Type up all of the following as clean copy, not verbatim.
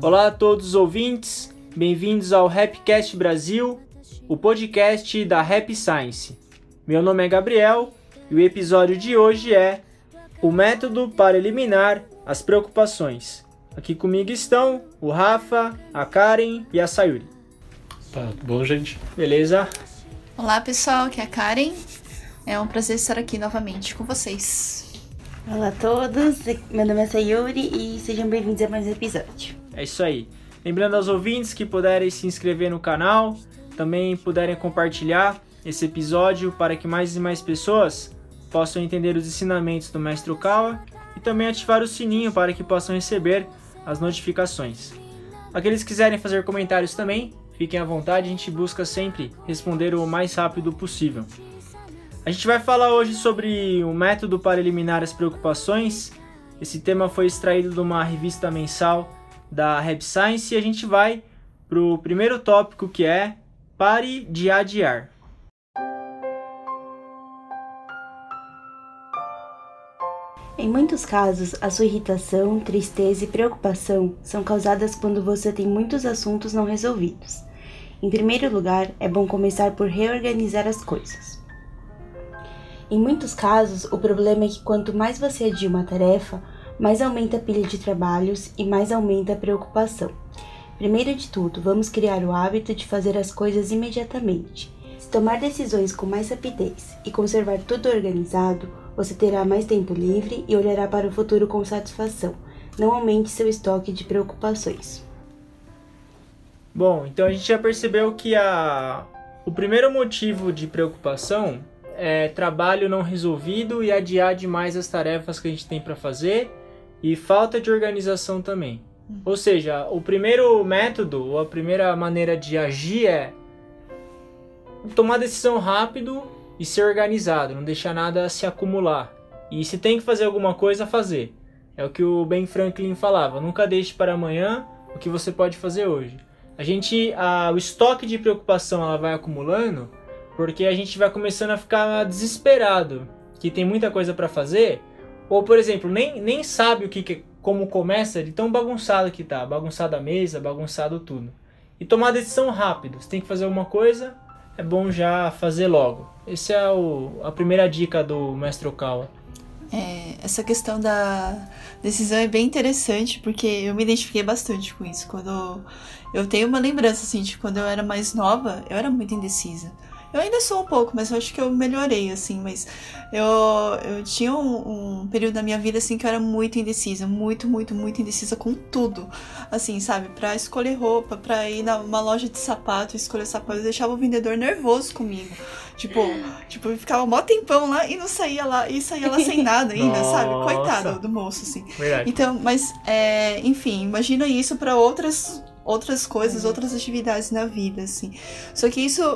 Olá a todos os ouvintes, bem-vindos ao Rapcast Brasil, o podcast da Rap Science. Meu nome é Gabriel e o episódio de hoje é o método para eliminar as preocupações. Aqui comigo estão o Rafa, a Karen e a Sayuri. Tá, tudo bom, gente? Beleza? Olá pessoal, aqui é a Karen. É um prazer estar aqui novamente com vocês. Olá a todos, meu nome é Sayuri e sejam bem-vindos a mais um episódio. É isso aí. Lembrando aos ouvintes que puderem se inscrever no canal, também puderem compartilhar esse episódio para que mais e mais pessoas possam entender os ensinamentos do Mestre Okawa e também ativar o sininho para que possam receber as notificações. Aqueles que quiserem fazer comentários também, fiquem à vontade, a gente busca sempre responder o mais rápido possível. A gente vai falar hoje sobre o método para eliminar as preocupações. Esse tema foi extraído de uma revista mensal da Rap Science e a gente vai para o primeiro tópico, que é pare de adiar. Em muitos casos, a sua irritação, tristeza e preocupação são causadas quando você tem muitos assuntos não resolvidos. Em primeiro lugar, é bom começar por reorganizar as coisas. Em muitos casos, o problema é que quanto mais você adia uma tarefa, mais aumenta a pilha de trabalhos e mais aumenta a preocupação. Primeiro de tudo, vamos criar o hábito de fazer as coisas imediatamente. Se tomar decisões com mais rapidez e conservar tudo organizado, você terá mais tempo livre e olhará para o futuro com satisfação. Não aumente seu estoque de preocupações. Bom, então a gente já percebeu que o primeiro motivo de preocupação é trabalho não resolvido e adiar demais as tarefas que a gente tem para fazer e falta de organização também. Ou seja, o primeiro método, ou a primeira maneira de agir é tomar decisão rápido e ser organizado, não deixar nada se acumular. E se tem que fazer alguma coisa, fazer. É o que o Ben Franklin falava, nunca deixe para amanhã o que você pode fazer hoje. O estoque de preocupação ela vai acumulando porque a gente vai começando a ficar desesperado, que tem muita coisa para fazer, ou por exemplo, nem sabe como começa de tão bagunçado que tá, bagunçado a mesa, bagunçado tudo. E tomar decisão rápido, você tem que fazer alguma coisa, é bom já fazer logo. Essa é a primeira dica do Mestre Okawa. Essa questão da decisão é bem interessante, porque eu me identifiquei bastante com isso. Quando eu tenho uma lembrança assim, de quando eu era mais nova, eu era muito indecisa. Eu ainda sou um pouco, mas eu acho que eu melhorei, assim, mas eu tinha um período da minha vida, assim, que eu era muito indecisa, muito indecisa com tudo, assim, sabe, pra escolher roupa, pra ir numa loja de sapato, escolher sapato, eu deixava o vendedor nervoso comigo, tipo, eu ficava mó tempão lá e não saía lá, e saía lá sem nada ainda, sabe, coitado do moço, assim. Verdade. Então, mas, enfim, imagina isso pra outras coisas, outras atividades na vida, assim. Só que isso,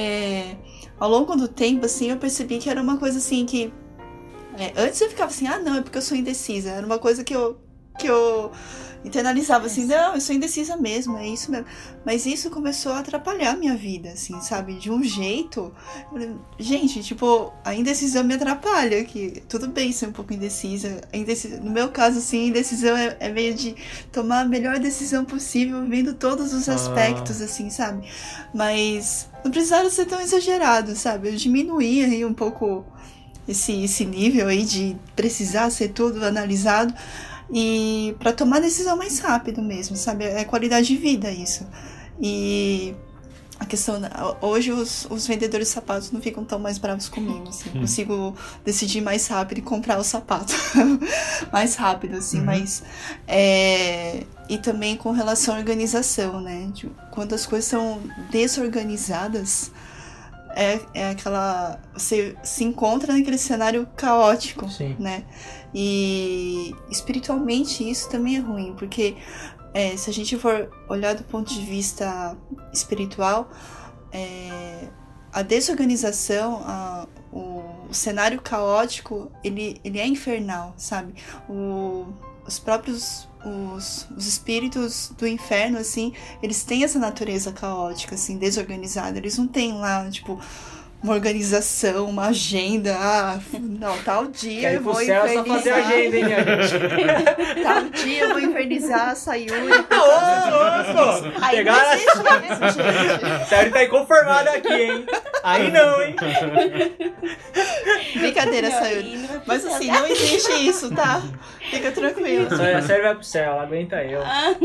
ao longo do tempo, assim, eu percebi que era uma coisa, assim, que... antes eu ficava assim, não, é porque eu sou indecisa. Era uma coisa que eu internalizava, assim, não, eu sou indecisa mesmo, é isso mesmo. Mas isso começou a atrapalhar a minha vida, assim, sabe? De um jeito... Gente, tipo, a indecisão me atrapalha, que tudo bem ser um pouco indecisa. No meu caso, assim, a indecisão é meio de tomar a melhor decisão possível, vendo todos os aspectos, assim, sabe? Mas não precisava ser tão exagerado, sabe? Eu diminuí aí um pouco esse nível aí de precisar ser tudo analisado, e para tomar decisão mais rápido mesmo, sabe? É qualidade de vida isso. E a questão, hoje os vendedores de sapatos não ficam tão mais bravos comigo, assim. Consigo decidir mais rápido e comprar o sapato mais rápido, assim, mas e também com relação à organização, né? Quando as coisas são desorganizadas, é aquela... Você se encontra naquele cenário caótico, Sim. Né? E espiritualmente isso também é ruim, porque se a gente for olhar do ponto de vista espiritual, a desorganização, o cenário caótico, ele é infernal, sabe? Os próprios os espíritos do inferno, assim, eles têm essa natureza caótica, assim, desorganizada. Eles não têm lá, tipo, uma organização, uma agenda. Ah, não, tal dia eu vou céu só fazer infernizar. agenda, hein, minha gente? Tal dia eu vou infernizar a Sayuri. Ô, Aí pegaram não existe isso, gente. a série tá inconformada aqui, hein? Aí não, hein? Brincadeira, Sayuri. Mas assim, não existe isso, tá? Fica tranquilo. A série vai pro céu, ela aguenta eu.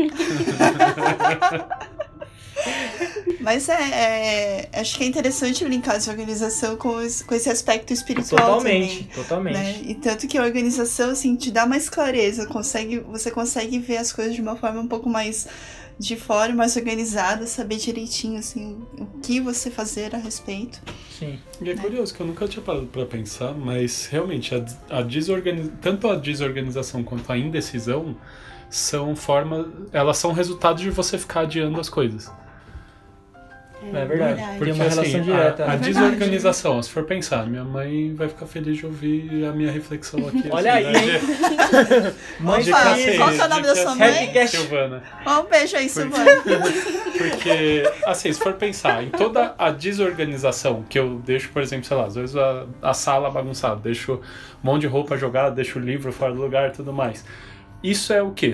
Mas acho que é interessante brincar essa organização com esse aspecto espiritual também. Totalmente. Né? E tanto que a organização, assim, te dá mais clareza, você consegue ver as coisas de uma forma um pouco mais de fora, mais organizada, saber direitinho, assim, o que você fazer a respeito. Sim. E é curioso que eu nunca tinha parado pra pensar, mas realmente tanto a desorganização quanto a indecisão elas são resultado de você ficar adiando as coisas. É verdade. Porque Tem uma relação assim, direta. a desorganização, se for pensar, minha mãe vai ficar feliz de ouvir a minha reflexão aqui. Olha assim, aí, né, hein? Mãe de feliz. cacete, Qual que é o nome da sua mãe? Silvana. Um beijo aí, Silvana. Porque, assim, se for pensar em toda a desorganização que eu deixo, por exemplo, sei lá, às vezes a sala bagunçada, deixo um monte de roupa jogada, deixo o livro fora do lugar e tudo mais. Isso é o quê?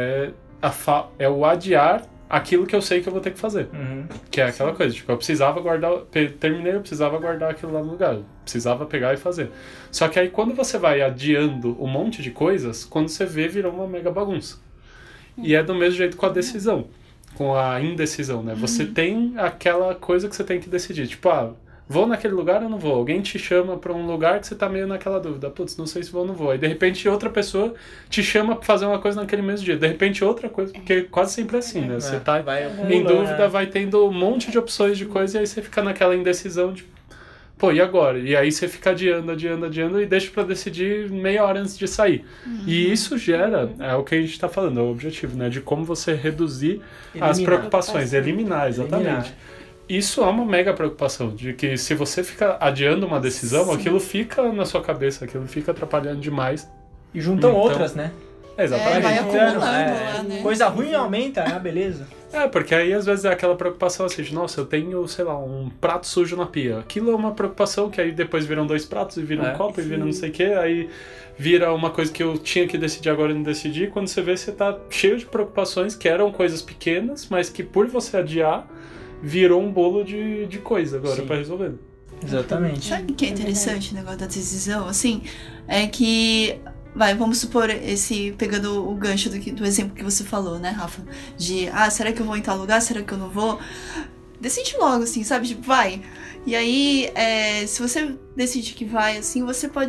É o adiar aquilo que eu sei que eu vou ter que fazer. Uhum. Que é aquela coisa, tipo, eu precisava guardar, eu precisava guardar aquilo lá no lugar, eu precisava pegar e fazer. Só que aí quando você vai adiando um monte de coisas, quando você vê, virou uma mega bagunça. E é do mesmo jeito com a decisão, com a indecisão, né? Você tem aquela coisa que você tem que decidir, tipo, vou naquele lugar ou não vou? Alguém te chama pra um lugar que você tá meio naquela dúvida. Putz, não sei se vou ou não vou. Aí, de repente, outra pessoa te chama pra fazer uma coisa naquele mesmo dia. De repente, outra coisa, porque quase sempre é assim, né? Você tá em dúvida, vai tendo um monte de opções de coisa e aí você fica naquela indecisão de, pô, e agora? E aí você fica adiando e deixa pra decidir meia hora antes de sair. E isso gera, é o que a gente tá falando, é o objetivo, né? De como você reduzir as preocupações, eliminar, exatamente. Isso é uma mega preocupação, de que se você fica adiando uma decisão, aquilo fica na sua cabeça, aquilo fica atrapalhando demais. E juntam Então, outras, né? Exatamente. Vai acumulando É, lá, né? Coisa ruim aumenta, beleza. Porque aí às vezes é aquela preocupação assim, de nossa, eu tenho, sei lá, um prato sujo na pia. Aquilo é uma preocupação que aí depois viram 2 pratos e vira um copo e vira não sei o que, aí vira uma coisa que eu tinha que decidir agora e não decidi. Quando você vê, você tá cheio de preocupações que eram coisas pequenas, mas que por você adiar, virou um bolo de coisa agora pra resolver. Exatamente. Sabe o que é interessante o negócio da decisão? Assim, é que... vamos supor, pegando o gancho do exemplo que você falou, né, Rafa? De, será que eu vou em tal lugar? Será que eu não vou? Decide logo, assim, sabe? Tipo, vai. E aí, se você decide que vai, assim, você pode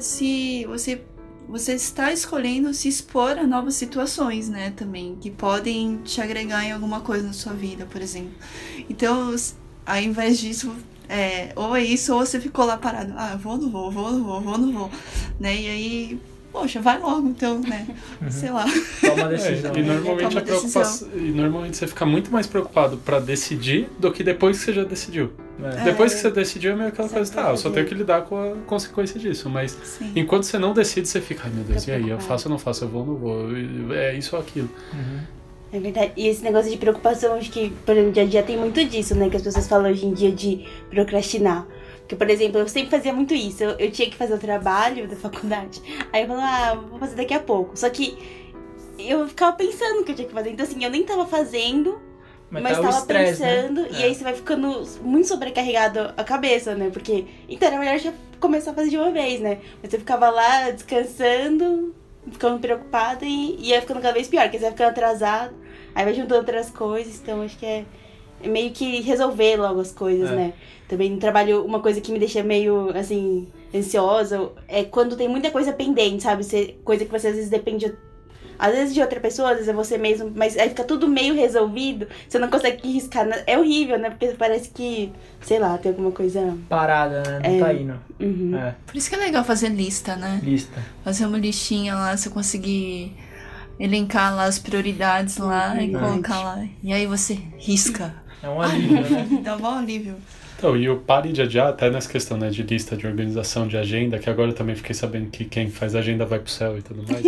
você está escolhendo se expor a novas situações, né, também, que podem te agregar em alguma coisa na sua vida, por exemplo. Então, ao invés disso, ou é isso, ou você ficou lá parado. Vou ou não vou, né, e aí... Poxa, vai logo, então, né? Sei lá. Toma a decisão. E normalmente normalmente você fica muito mais preocupado pra decidir do que depois que você já decidiu. Depois que você decidiu, é meio aquela coisa, eu só tenho que lidar com a consequência disso. Mas enquanto você não decide, você fica, ai meu Deus, e aí? Eu faço ou não faço? Eu vou ou não vou? É isso ou aquilo. É verdade. E esse negócio de preocupação, acho que, por exemplo, dia a dia tem muito disso, né? Que as pessoas falam hoje em dia de procrastinar. Porque, por exemplo, eu sempre fazia muito isso. Eu tinha que fazer o trabalho da faculdade. Aí eu falava, vou fazer daqui a pouco. Só que eu ficava pensando o que eu tinha que fazer. Então, assim, eu nem tava fazendo, mas tava pensando. Né? E aí você vai ficando muito sobrecarregado a cabeça, né? Porque, então, era melhor já começar a fazer de uma vez, né? Mas eu ficava lá descansando, ficando preocupada e ia ficando cada vez pior. Porque você vai ficando atrasado, aí vai juntando outras coisas. Então, acho que é meio que resolver logo as coisas, né? Também no trabalho, uma coisa que me deixa meio, assim, ansiosa é quando tem muita coisa pendente, sabe? Coisa que você às vezes depende, às vezes de outra pessoa, às vezes é você mesmo, mas aí fica tudo meio resolvido, você não consegue riscar. É horrível, né? Porque parece que, sei lá, tem alguma coisa... parada, né? Não tá indo. Por isso que é legal fazer lista, né? Fazer uma listinha lá, você conseguir elencar lá as prioridades lá e colocar lá. E aí você risca. É um alívio, né? Dá um bom alívio. Então, e o pare de adiar, até nessa questão, né, de lista, de organização, de agenda, que agora eu também fiquei sabendo que quem faz agenda vai pro céu e tudo mais.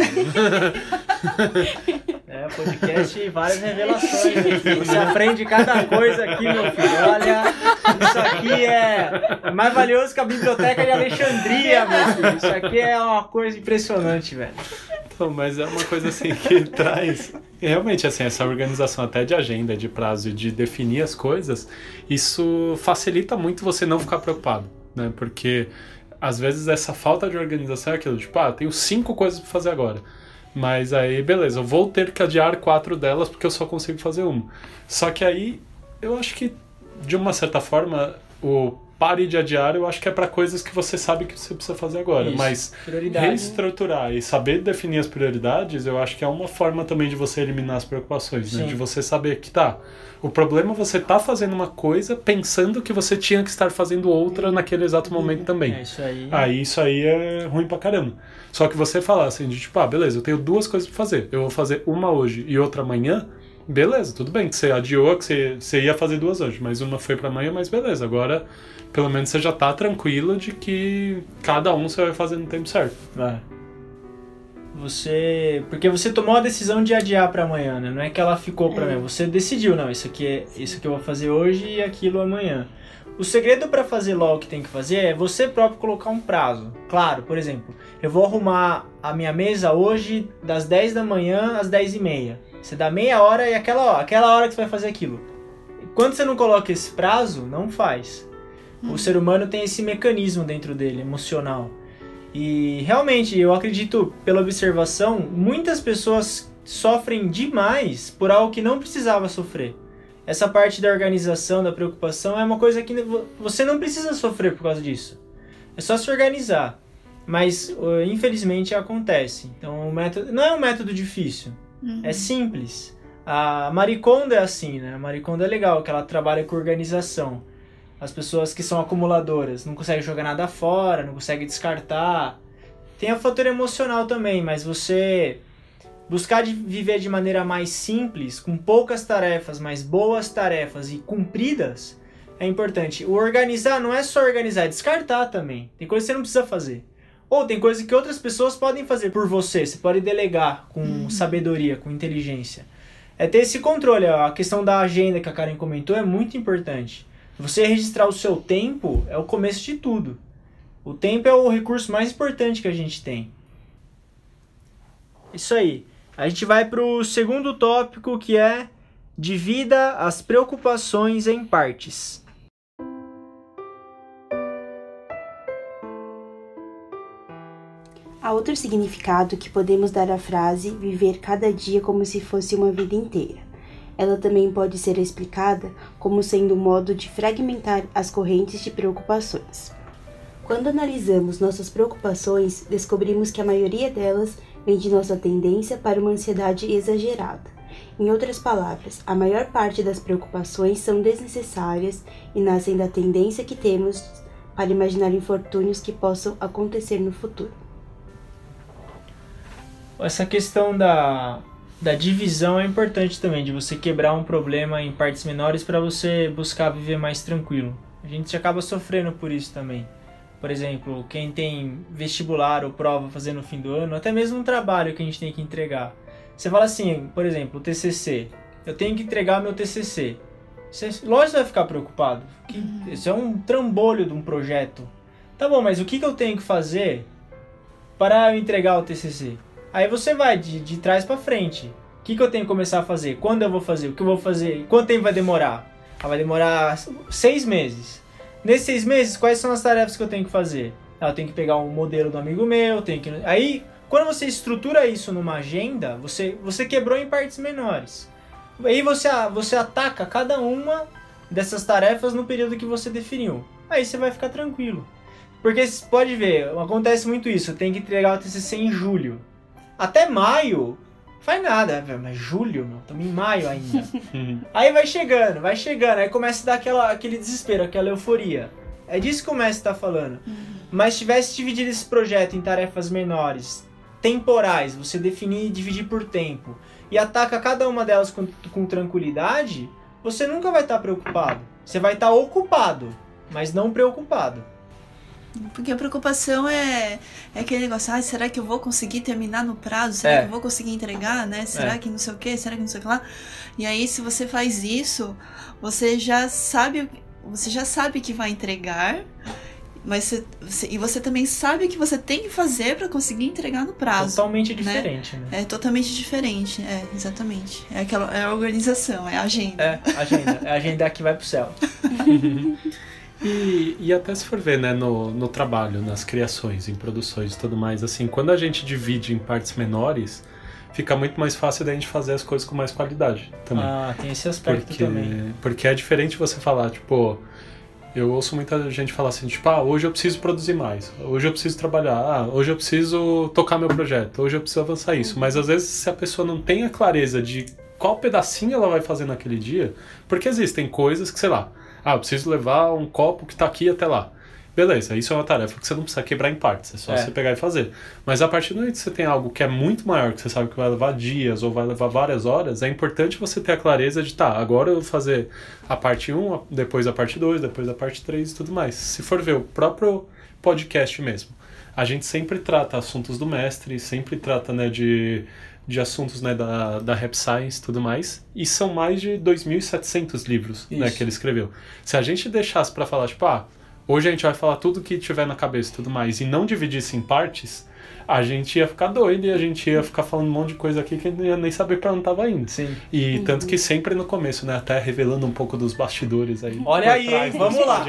Podcast e várias revelações. Você aprende cada coisa aqui, meu filho. Olha, isso aqui aqui é mais valioso que a biblioteca de Alexandria, meu filho. Isso aqui é uma coisa impressionante, velho. Então, mas é uma coisa assim que traz... E realmente, assim, essa organização até de agenda, de prazo e de definir as coisas, isso facilita muito você não ficar preocupado, né? Porque, às vezes, essa falta de organização é aquilo, tipo, tenho 5 coisas pra fazer agora. Mas aí, beleza, eu vou ter que adiar 4 delas porque eu só consigo fazer uma. Só que aí, eu acho que, de uma certa forma, o pare de adiar, eu acho que é para coisas que você sabe que você precisa fazer agora. Isso, mas reestruturar e saber definir as prioridades, eu acho que é uma forma também de você eliminar as preocupações, né? De você saber que o problema é você tá fazendo uma coisa pensando que você tinha que estar fazendo outra naquele exato momento também. É isso aí. Aí isso aí é ruim pra caramba. Só que você falar assim, de tipo, beleza, eu tenho 2 coisas pra fazer. Eu vou fazer uma hoje e outra amanhã. Beleza, tudo bem, que você adiou, que você ia fazer 2 hoje, mas uma foi pra amanhã, mas beleza, agora pelo menos você já tá tranquilo de que cada um você vai fazer no tempo certo. Porque você tomou a decisão de adiar pra amanhã, né? Não é que ela ficou pra amanhã, você decidiu, não, isso aqui eu vou fazer hoje e aquilo amanhã. O segredo pra fazer logo o que tem que fazer é você próprio colocar um prazo. Claro, por exemplo, eu vou arrumar a minha mesa hoje das 10 da manhã às 10h30. Você dá meia hora e aquela hora que você vai fazer aquilo. Quando você não coloca esse prazo, não faz. O ser humano tem esse mecanismo dentro dele, emocional. E realmente, eu acredito, pela observação, muitas pessoas sofrem demais por algo que não precisava sofrer. Essa parte da organização, da preocupação, é uma coisa que você não precisa sofrer por causa disso. É só se organizar. Mas, infelizmente, acontece. Então, o método não é um método difícil. É simples. A Marie Kondo é assim, né? A Marie Kondo é legal, que ela trabalha com organização. As pessoas que são acumuladoras não conseguem jogar nada fora, não conseguem descartar. Tem o fator emocional também, mas você buscar viver de maneira mais simples, com poucas tarefas, mas boas tarefas e cumpridas, é importante. O organizar não é só organizar, é descartar também. Tem coisas que você não precisa fazer. Ou tem coisas que outras pessoas podem fazer por você. Você pode delegar com sabedoria, com inteligência. É ter esse controle. A questão da agenda que a Karen comentou é muito importante. Você registrar o seu tempo é o começo de tudo. O tempo é o recurso mais importante que a gente tem. Isso aí. A gente vai para o segundo tópico, que é divida as preocupações em partes. Há outro significado que podemos dar à frase viver cada dia como se fosse uma vida inteira. Ela também pode ser explicada como sendo um modo de fragmentar as correntes de preocupações. Quando analisamos nossas preocupações, descobrimos que a maioria delas vem de nossa tendência para uma ansiedade exagerada. Em outras palavras, a maior parte das preocupações são desnecessárias e nascem da tendência que temos para imaginar infortúnios que possam acontecer no futuro. Essa questão da divisão é importante também, de você quebrar um problema em partes menores para você buscar viver mais tranquilo. A gente acaba sofrendo por isso também. Por exemplo, quem tem vestibular ou prova fazer no fim do ano, até mesmo um trabalho que a gente tem que entregar. Você fala assim, por exemplo, o TCC. Eu tenho que entregar meu TCC. Lógico que vai ficar preocupado. Isso é um trambolho de um projeto. Tá bom, mas o que eu tenho que fazer para eu entregar o TCC? Aí você vai de trás para frente. O que eu tenho que começar a fazer? Quando eu vou fazer? O que eu vou fazer? Quanto tempo vai demorar? Vai demorar 6 meses. Nesses 6 meses, quais são as tarefas que eu tenho que fazer? Eu tenho que pegar um modelo do amigo meu, Aí, quando você estrutura isso numa agenda, você quebrou em partes menores. Aí você ataca cada uma dessas tarefas no período que você definiu. Aí você vai ficar tranquilo. Porque você pode ver, acontece muito isso. Eu tenho que entregar o TCC em julho. Até maio, faz nada, mas julho, meu, estamos em maio ainda. Aí vai chegando, aí começa a dar aquele desespero, aquela euforia. É disso que o mestre está falando. Mas se tivesse dividido esse projeto em tarefas menores, temporais, você definir e dividir por tempo, e ataca cada uma delas com tranquilidade, você nunca vai estar preocupado. Você vai estar ocupado, mas não preocupado. Porque a preocupação é aquele negócio, será que eu vou conseguir terminar no prazo? Será que eu vou conseguir entregar, né? Será que não sei o quê? Será que não sei o que lá? E aí, se você faz isso, você já sabe você já sabe que vai entregar, mas você também sabe o que você tem que fazer para conseguir entregar no prazo. Totalmente diferente, né? É totalmente diferente, exatamente. É a organização, é a agenda. É a agenda que vai pro céu. E até se for ver, né, no trabalho, nas criações, em produções e tudo mais, assim, quando a gente divide em partes menores, fica muito mais fácil da gente fazer as coisas com mais qualidade também. Tem esse aspecto também. Porque é diferente você falar, tipo, eu ouço muita gente falar assim, tipo, hoje eu preciso produzir mais, hoje eu preciso trabalhar, hoje eu preciso tocar meu projeto, hoje eu preciso avançar isso. Mas às vezes se a pessoa não tem a clareza de qual pedacinho ela vai fazer naquele dia, porque existem coisas que, sei lá, eu preciso levar um copo que tá aqui até lá. Beleza, isso é uma tarefa que você não precisa quebrar em partes, é só você pegar e fazer. Mas a partir do momento que você tem algo que é muito maior, que você sabe que vai levar dias ou vai levar várias horas, é importante você ter a clareza de, agora eu vou fazer a parte 1, depois a parte 2, depois a parte 3 e tudo mais. Se for ver o próprio podcast mesmo, a gente sempre trata assuntos do mestre, sempre trata, né, de assuntos, né, da Rap Science e tudo mais, e são mais de 2.700 livros, né, que ele escreveu. Se a gente deixasse pra falar, tipo, hoje a gente vai falar tudo que tiver na cabeça e tudo mais, e não dividisse em partes, a gente ia ficar doido e a gente ia ficar falando um monte de coisa aqui que não ia nem saber pra onde tava indo. Sim. E tanto que sempre no começo, né, até revelando um pouco dos bastidores aí. Olha aí, hein? Vamos lá.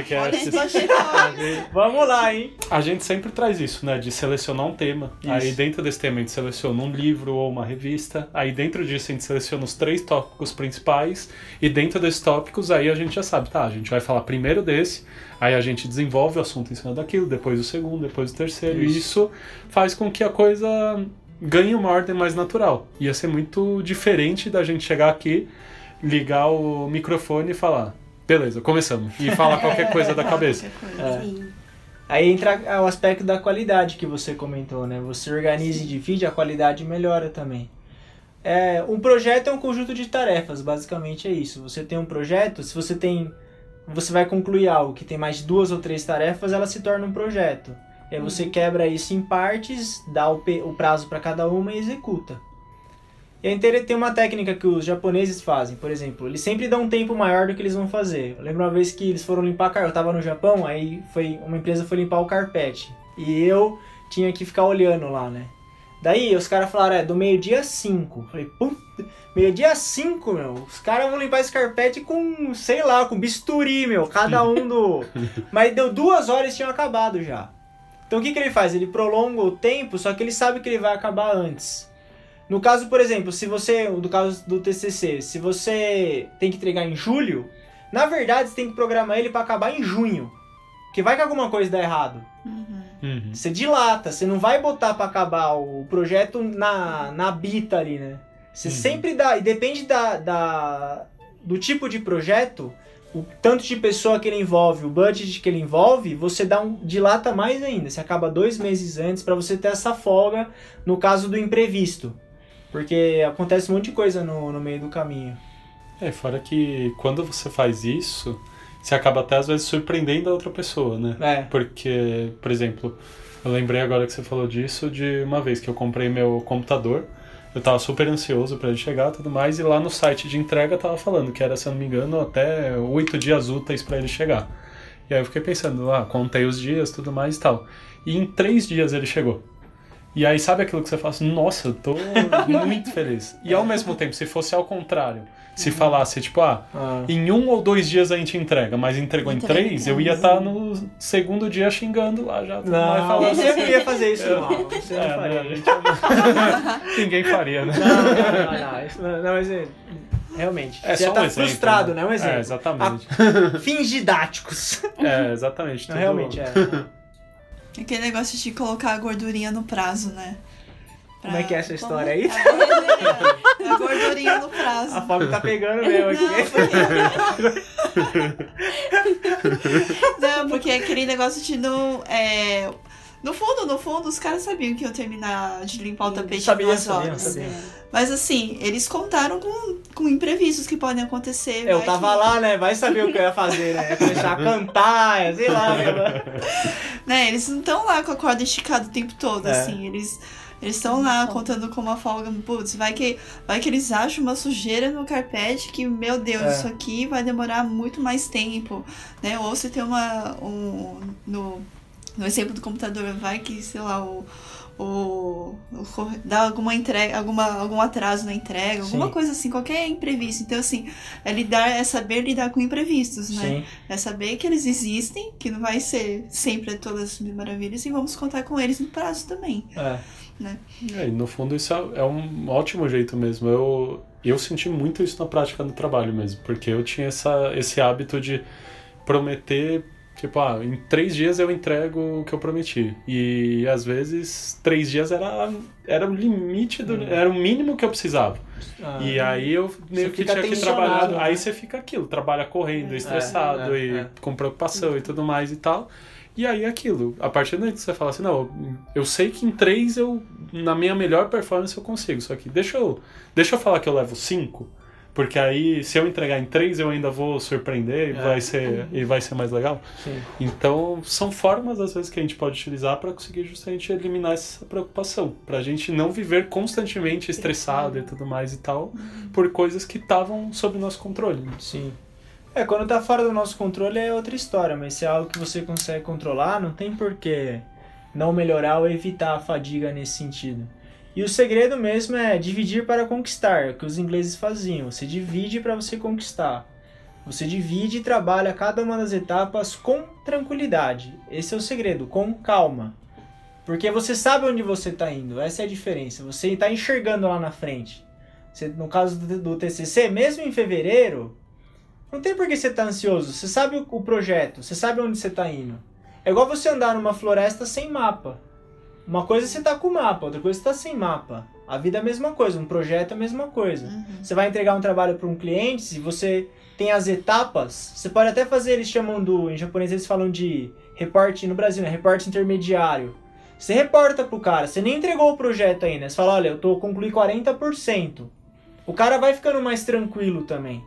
Vamos lá, hein? A gente sempre traz isso, né, de selecionar um tema. Isso. Aí dentro desse tema a gente seleciona um livro ou uma revista. Aí dentro disso a gente seleciona os 3 tópicos principais. E dentro desses tópicos aí a gente já sabe, a gente vai falar primeiro desse. Aí a gente desenvolve o assunto em cima daquilo, depois o segundo, depois o terceiro. Isso. E isso faz com que a coisa ganhe uma ordem mais natural. Ia ser muito diferente da gente chegar aqui, ligar o microfone e falar, beleza, começamos. E falar qualquer coisa da cabeça. Aí entra o aspecto da qualidade que você comentou, né? Você organiza e divide, a qualidade melhora também. Um projeto é um conjunto de tarefas, basicamente é isso. Você tem um projeto, se você vai concluir algo que tem mais de 2 ou 3 tarefas, ela se torna um projeto. E aí você quebra isso em partes, dá o prazo para cada uma e executa. E aí tem uma técnica que os japoneses fazem, por exemplo, eles sempre dão um tempo maior do que eles vão fazer. Eu lembro uma vez que eles foram limpar eu tava no Japão, aí uma empresa foi limpar o carpete. E eu tinha que ficar olhando lá, né? Daí os caras falaram, do meio-dia 5. Falei, puta, meio-dia 5, meu. Os caras vão limpar esse carpete com, sei lá, com bisturi, meu. Cada um do... Mas deu 2 horas e tinham acabado já. Então o que ele faz? Ele prolonga o tempo, só que ele sabe que ele vai acabar antes. No caso, por exemplo, do caso do TCC, se você tem que entregar em julho, na verdade você tem que programar ele para acabar em junho. Porque vai que alguma coisa dá errado. Você dilata, você não vai botar para acabar o projeto na bita ali, né? Você sempre dá, e depende do tipo de projeto, o tanto de pessoa que ele envolve, o budget que ele envolve, você dilata mais ainda. Você acaba 2 meses antes para você ter essa folga no caso do imprevisto. Porque acontece um monte de coisa no meio do caminho. Fora que quando você faz isso, você acaba até às vezes surpreendendo a outra pessoa, né? Porque, por exemplo, eu lembrei agora que você falou disso de uma vez que eu comprei meu computador. Eu tava super ansioso pra ele chegar e tudo mais, e lá no site de entrega tava falando que era, se eu não me engano, até 8 dias úteis pra ele chegar. E aí eu fiquei pensando, contei os dias, tudo mais e tal. E em 3 dias ele chegou. E aí sabe aquilo que você fala assim, nossa, eu tô muito feliz. E ao mesmo tempo, se fosse ao contrário, se falasse, tipo, em 1 ou 2 dias a gente entrega, mas entregou em 3, eu ia estar no segundo dia xingando lá já. Não, você não ia fazer isso, não. Você não faria. Ninguém faria, né? Não, mas realmente. Você já tá exemplo, frustrado, né? Um exemplo. Exatamente. Fins didáticos. Exatamente. Não, realmente, Aquele negócio de colocar a gordurinha no prazo, né? Como é que é essa história aí? A gordurinha no prazo. A fome tá pegando mesmo aqui. Não, porque aquele negócio de não... No fundo, os caras sabiam que iam terminar de limpar o tapete em 2 horas. Sabia. Mas assim, eles contaram com imprevistos que podem acontecer. Eu tava lá, né? Vai saber o que eu ia fazer, né? Ia começar a cantar, sei lá. Né? Eles não estão lá com a corda esticada o tempo todo, assim. Eles estão lá contando com uma folga. Putz, vai que eles acham uma sujeira no carpete que, meu Deus, isso aqui vai demorar muito mais tempo, né? Ou se tem no exemplo do computador, vai que, sei lá, dá alguma entrega, algum atraso na entrega, alguma coisa assim, qualquer imprevisto. Então, assim, é saber lidar com imprevistos, né? Sim. É saber que eles existem, que não vai ser sempre todas mil maravilhas, e vamos contar com eles no prazo também. Né? E no fundo isso é um ótimo jeito mesmo. Eu senti muito isso na prática do trabalho mesmo, porque eu tinha esse hábito de prometer, tipo, em 3 dias eu entrego o que eu prometi. E às vezes 3 dias era o limite, era o mínimo que eu precisava. E aí eu meio que tinha que trabalhar. Né? Aí você fica aquilo, trabalha correndo, estressado e com preocupação e tudo mais e tal. E aí aquilo, a partir do momento que você fala assim, não, eu sei que em 3 na minha melhor performance eu consigo, só que deixa eu falar que eu levo 5, porque aí se eu entregar em 3 eu ainda vou surpreender e vai ser mais legal. Sim. Então são formas às vezes que a gente pode utilizar para conseguir justamente eliminar essa preocupação, pra gente não viver constantemente estressado e tudo mais e tal, por coisas que estavam sob nosso controle. Sim. Quando tá fora do nosso controle é outra história, mas se é algo que você consegue controlar, não tem por que não melhorar ou evitar a fadiga nesse sentido. E o segredo mesmo é dividir para conquistar, o que os ingleses faziam. Você divide para você conquistar. Você divide e trabalha cada uma das etapas com tranquilidade. Esse é o segredo, com calma. Porque você sabe onde você está indo, essa é a diferença. Você está enxergando lá na frente. No caso do TCC, mesmo em fevereiro, não tem por que você estar ansioso. Você sabe o projeto, você sabe onde você está indo. É igual você andar numa floresta sem mapa. Uma coisa é você tá com mapa, outra coisa é você tá sem mapa. A vida é a mesma coisa, um projeto é a mesma coisa. Você vai entregar um trabalho para um cliente, se você tem as etapas, você pode até fazer, eles chamam em japonês eles falam de reporte, no Brasil, né? Reporte intermediário. Você reporta pro cara, você nem entregou o projeto ainda, você fala, olha, eu concluí 40%. O cara vai ficando mais tranquilo também.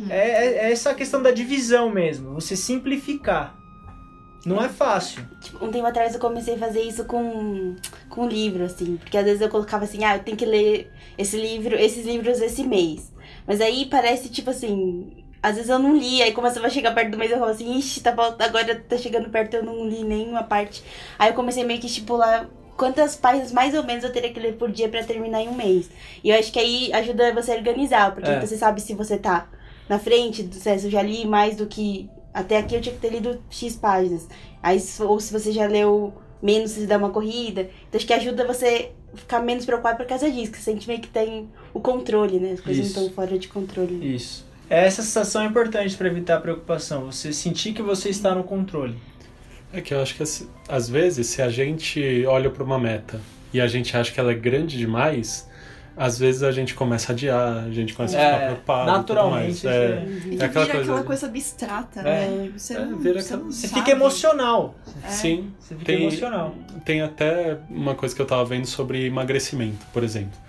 É essa questão da divisão mesmo, você simplificar. Não é fácil. Tipo, um tempo atrás eu comecei a fazer isso com livro, assim. Porque às vezes eu colocava assim, eu tenho que ler esses livros esse mês. Mas aí parece, tipo assim, às vezes eu não li, aí começava a chegar perto do mês e eu falava assim, ixi, agora tá chegando perto, eu não li nenhuma parte. Aí eu comecei meio que estipular quantas páginas mais ou menos eu teria que ler por dia pra terminar em um mês. E eu acho que aí ajuda você a organizar, porque você sabe se você tá na frente do sucesso, eu já li mais do que... Até aqui eu tinha que ter lido X páginas. Aí, ou se você já leu menos, você dá uma corrida. Então acho que ajuda você ficar menos preocupado por causa disso, que você sente meio que tem o controle, né? As coisas não estão fora de controle. Isso. Essa sensação é importante para evitar a preocupação. Você sentir que você está no controle. É que eu acho que às vezes, se a gente olha para uma meta e a gente acha que ela é grande demais, às vezes a gente começa a adiar, a gente começa a ficar preocupado. Naturalmente. E aquela coisa abstrata, né? Você fica emocional. Sim. Você fica emocional. Tem até uma coisa que eu estava vendo sobre emagrecimento, por exemplo.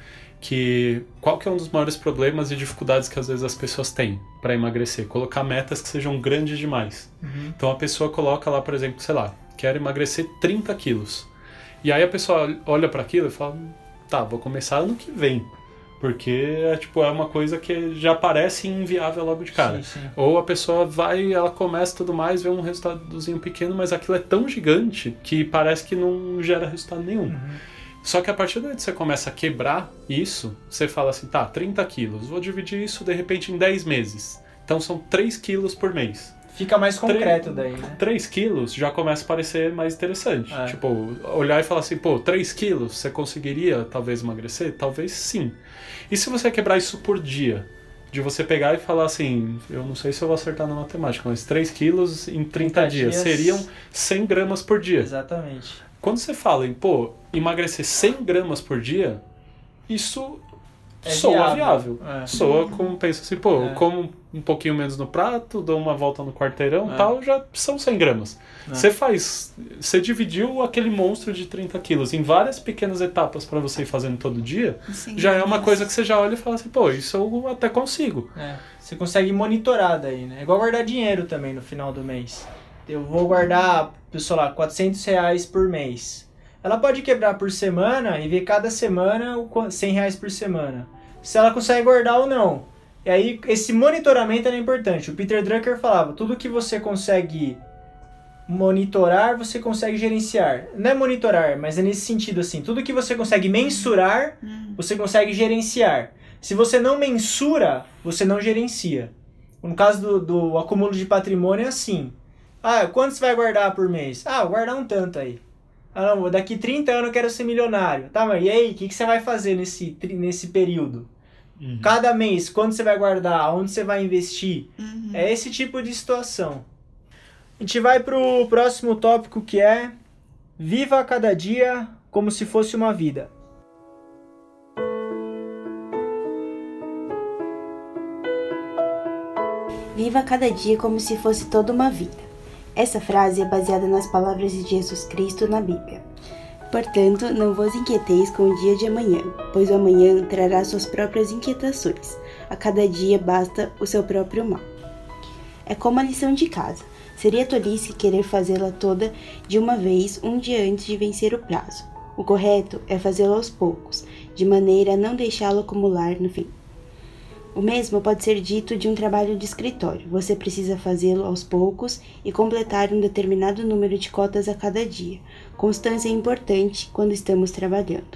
Qual que é um dos maiores problemas e dificuldades que às vezes as pessoas têm para emagrecer? Colocar metas que sejam grandes demais. Então a pessoa coloca lá, por exemplo, sei lá, quero emagrecer 30 quilos. E aí a pessoa olha para aquilo e fala, tá, vou começar ano que vem. Porque é uma coisa que já parece inviável logo de cara. Sim. Ou a pessoa ela começa tudo mais, vê um resultadozinho pequeno, mas aquilo é tão gigante que parece que não gera resultado nenhum. Só que a partir do momento que você começa a quebrar isso, você fala assim, tá, 30 quilos, vou dividir isso de repente em 10 meses. Então são 3 quilos por mês. Fica mais concreto daí, né? 3 quilos já começa a parecer mais interessante. Tipo, olhar e falar assim, 3 quilos, você conseguiria talvez emagrecer? Talvez sim. E se você quebrar isso por dia? De você pegar e falar assim, eu não sei se eu vou acertar na matemática, mas 3 quilos em 30 dias seriam 100 gramas por dia. Exatamente. Quando você fala em, emagrecer 100 gramas por dia, isso soa viável. Soa como, pensa assim, eu como um pouquinho menos no prato, dou uma volta no quarteirão e tal, já são 100 gramas. Você dividiu aquele monstro de 30 quilos em várias pequenas etapas para você ir fazendo todo dia, já é uma coisa que você já olha e fala assim, isso eu até consigo. Você consegue monitorar daí, né? É igual guardar dinheiro também no final do mês. Eu vou guardar, pessoal lá, R$400 por mês. ela pode quebrar por semana e ver cada semana R$100 por semana. Se ela consegue guardar ou não. E aí, esse monitoramento é importante. O Peter Drucker falava, tudo que você consegue monitorar, você consegue gerenciar. Não é monitorar, mas é nesse sentido assim. Tudo que você consegue mensurar, você consegue gerenciar. Se você não mensura, você não gerencia. No caso do acúmulo de patrimônio é assim. Quanto você vai guardar por mês? Vou guardar um tanto aí. Não, daqui 30 anos eu quero ser milionário. Tá, mas e aí, o que você vai fazer nesse período? Cada mês, quanto você vai guardar? Onde você vai investir? É esse tipo de situação. A gente vai pro próximo tópico, que é viva cada dia como se fosse uma vida. Viva cada dia como se fosse toda uma vida. Essa frase é baseada nas palavras de Jesus Cristo na Bíblia. Portanto, não vos inquieteis com o dia de amanhã, pois o amanhã trará suas próprias inquietações. A cada dia basta o seu próprio mal. É como a lição de casa. Seria tolice querer fazê-la toda de uma vez, um dia antes de vencer o prazo. O correto é fazê-la aos poucos, de maneira a não deixá-lo acumular no fim. O mesmo pode ser dito de um trabalho de escritório. Você precisa fazê-lo aos poucos e completar um determinado número de cotas a cada dia. Constância é importante quando estamos trabalhando.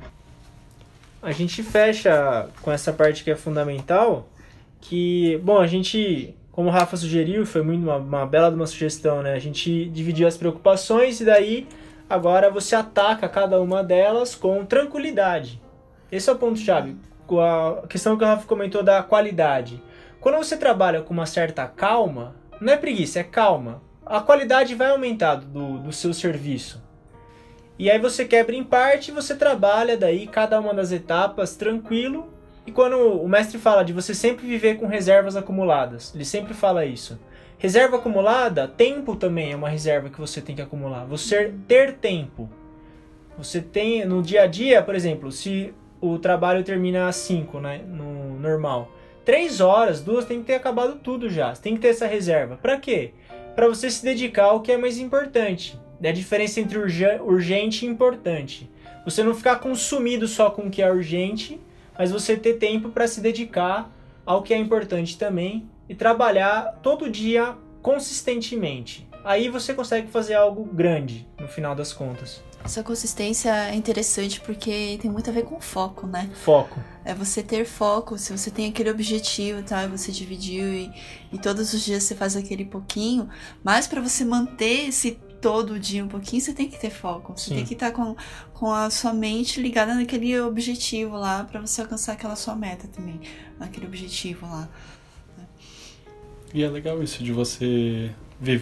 A gente fecha com essa parte que é fundamental, que, a gente, como o Rafa sugeriu, foi muito uma bela de uma sugestão, né? A gente dividiu as preocupações e daí agora você ataca cada uma delas com tranquilidade. Esse é o ponto-chave. A questão que o Rafa comentou da qualidade. Quando você trabalha com uma certa calma, não é preguiça, é calma. A qualidade vai aumentar do seu serviço. E aí você quebra em parte e você trabalha daí cada uma das etapas tranquilo. E quando o mestre fala de você sempre viver com reservas acumuladas, ele sempre fala isso. Reserva acumulada, tempo também é uma reserva que você tem que acumular. Você ter tempo. Você tem no dia a dia, por exemplo, se o trabalho termina às 5, né, no normal. 3 horas, 2, tem que ter acabado tudo já. Você tem que ter essa reserva. Para quê? Para você se dedicar ao que é mais importante. É a diferença entre urgente e importante. Você não ficar consumido só com o que é urgente, mas você ter tempo para se dedicar ao que é importante também e trabalhar todo dia consistentemente. Aí você consegue fazer algo grande no final das contas. Essa consistência é interessante porque tem muito a ver com foco, né? Foco. É você ter foco, se você tem aquele objetivo, tá? Você dividiu e todos os dias você faz aquele pouquinho, mas para você manter esse todo dia um pouquinho, você tem que ter foco. Você tem que estar com a sua mente ligada naquele objetivo lá, para você alcançar aquela sua meta também, naquele objetivo lá. E é legal isso de você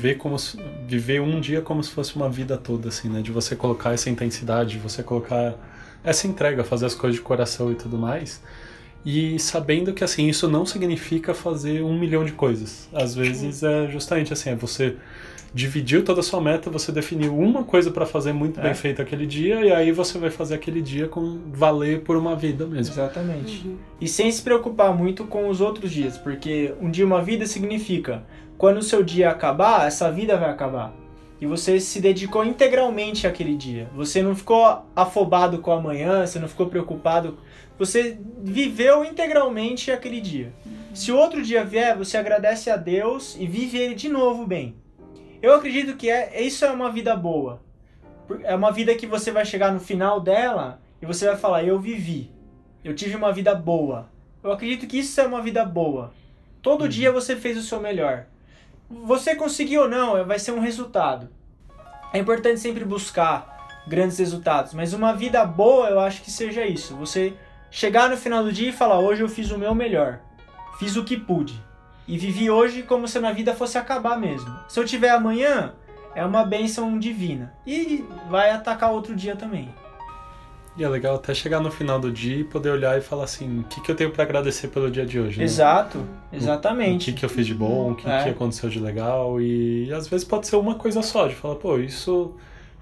viver um dia como se fosse uma vida toda, assim, né? De você colocar essa intensidade, de você colocar essa entrega, fazer as coisas de coração e tudo mais. E sabendo que, assim, isso não significa fazer 1 milhão de coisas. Às vezes é justamente assim, é você dividiu toda a sua meta, você definiu uma coisa para fazer muito bem feita aquele dia, e aí você vai fazer aquele dia com valer por uma vida mesmo. Exatamente. E sem se preocupar muito com os outros dias, porque um dia uma vida significa, quando o seu dia acabar, essa vida vai acabar. E você se dedicou integralmente àquele dia. Você não ficou afobado com o amanhã, você não ficou preocupado. Você viveu integralmente aquele dia. Se o outro dia vier, você agradece a Deus e vive ele de novo bem. Eu acredito que isso é uma vida boa. É uma vida que você vai chegar no final dela e você vai falar, eu vivi. Eu tive uma vida boa. Eu acredito que isso é uma vida boa. Todo dia você fez o seu melhor. Você conseguiu ou não, vai ser um resultado. É importante sempre buscar grandes resultados, mas uma vida boa eu acho que seja isso. Você chegar no final do dia e falar, hoje eu fiz o meu melhor. Fiz o que pude. E vivi hoje como se a minha vida fosse acabar mesmo. Se eu tiver amanhã, é uma bênção divina. E vai atacar outro dia também. E é legal até chegar no final do dia e poder olhar e falar assim, o que eu tenho para agradecer pelo dia de hoje, né? Exato, exatamente. O que eu fiz de bom, o que aconteceu de legal. E às vezes pode ser uma coisa só, de falar, pô, isso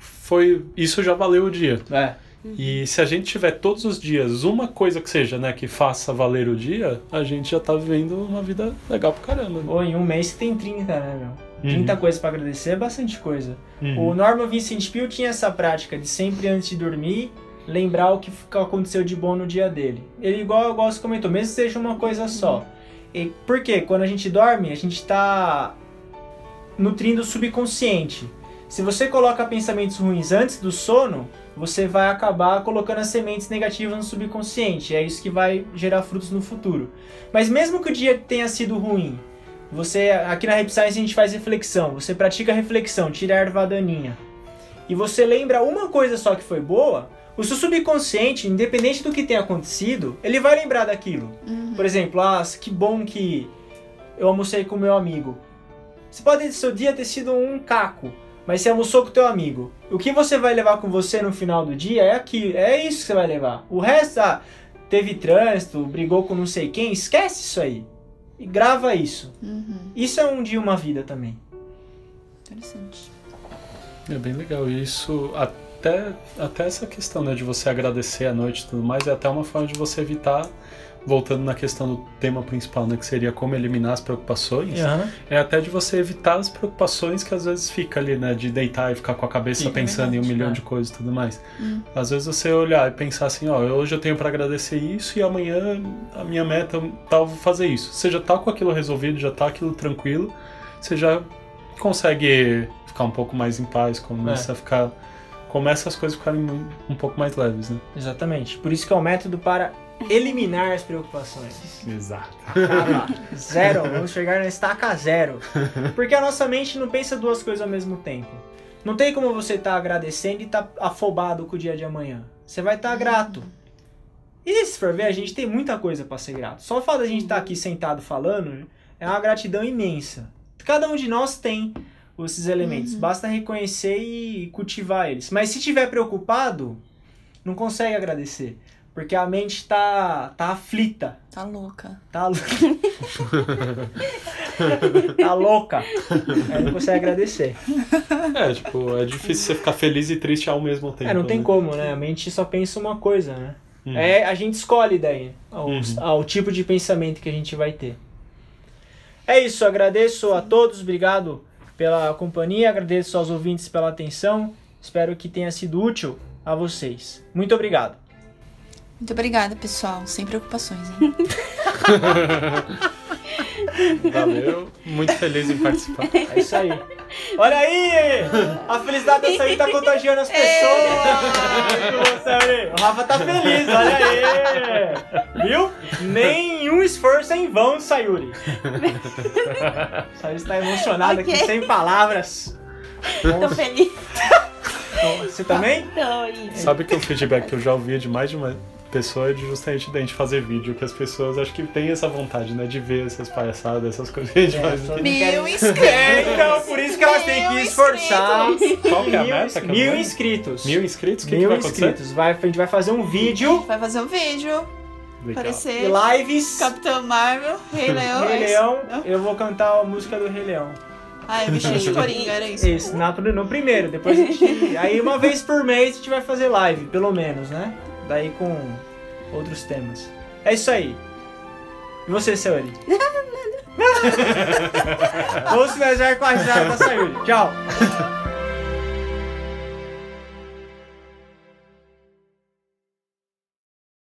já valeu o dia. E se a gente tiver todos os dias uma coisa que seja, né, que faça valer o dia, a gente já tá vivendo uma vida legal pra caramba. Pô, em um mês você tem 30, né, meu? 30 coisas pra agradecer é bastante coisa. O Norman Vincent Peale tinha essa prática de sempre antes de dormir lembrar o que aconteceu de bom no dia dele. Ele, igual o Gosto comentou, mesmo que seja uma coisa só. E por quê? Quando a gente dorme, a gente tá nutrindo o subconsciente. Se você coloca pensamentos ruins antes do sono, você vai acabar colocando as sementes negativas no subconsciente. É isso que vai gerar frutos no futuro. Mas mesmo que o dia tenha sido ruim, você, aqui na Rap Science a gente faz reflexão. Você pratica reflexão, tira a erva daninha. E você lembra uma coisa só que foi boa, o seu subconsciente, independente do que tenha acontecido, ele vai lembrar daquilo. Por exemplo, que bom que eu almocei com meu amigo. Você pode seu dia ter sido um caco, mas você almoçou com teu amigo. O que você vai levar com você no final do dia é aquilo, é isso que você vai levar. O resto, teve trânsito, brigou com não sei quem, esquece isso aí. E grava isso. Isso é um dia, uma vida também. Interessante. É bem legal. Isso, até essa questão, né, de você agradecer à noite e tudo mais, é até uma forma de você evitar, voltando na questão do tema principal, né, que seria como eliminar as preocupações, é até de você evitar as preocupações que às vezes fica ali, né, de deitar e ficar com a cabeça pensando em um milhão de coisas e tudo mais. Às vezes você olhar e pensar assim, hoje eu tenho pra agradecer isso e amanhã a minha meta tal, vou fazer isso. Você já tá com aquilo resolvido, já tá aquilo tranquilo, você já consegue ficar um pouco mais em paz, começa as coisas a ficarem um pouco mais leves, né? Exatamente. Por isso que é o método para eliminar as preocupações. Exato. Zero. Vamos chegar na estaca zero. Porque a nossa mente não pensa duas coisas ao mesmo tempo. Não tem como você estar agradecendo e estar afobado com o dia de amanhã. Você vai estar grato. E se for ver, a gente tem muita coisa para ser grato. Só o fato de a gente estar aqui sentado falando é uma gratidão imensa. Cada um de nós tem esses elementos. Basta reconhecer e cultivar eles. Mas se estiver preocupado, não consegue agradecer. Porque a mente tá aflita. Tá louca. Tá louca. Aí não consegue agradecer. É difícil você ficar feliz e triste ao mesmo tempo. Não tem como, né? A mente só pensa uma coisa, né? A gente escolhe daí o tipo de pensamento que a gente vai ter. É isso, agradeço a todos, obrigado pela companhia, agradeço aos ouvintes pela atenção, espero que tenha sido útil a vocês. Muito obrigado. Muito obrigada, pessoal. Sem preocupações, hein? Valeu. Muito feliz em participar. É isso aí. Olha aí! A felicidade dessa aí tá contagiando as pessoas! O Rafa tá feliz, olha aí! Viu? Nenhum esforço em vão, Sayuri. Sayuri está emocionada aqui, sem palavras. Tô feliz. Você também? Sabe que o feedback que eu já ouvi de mais de uma pessoa é justamente da gente fazer vídeo, que as pessoas acho que têm essa vontade, né, de ver essas palhaçadas, essas coisas que a gente faz. 1000 inscritos! Então, por isso que elas têm que esforçar. Qual que é a meta? 1000 inscritos. 1000 inscritos? O que 1000 vai acontecer? inscritos. A gente vai fazer um vídeo. Vai fazer um vídeo. Legal. Aparecer. E lives. Capitão Marvel, Rei Leão. Rei Leão. Eu vou cantar a música do Rei Leão. Eu vestido de Coringa, era isso. Isso, no primeiro. Depois a gente... Aí uma vez por mês a gente vai fazer live, pelo menos, né? Daí com outros temas. É isso aí. E você, Sayuri? Vamos finalizar com a risada da Sayuri. Tchau.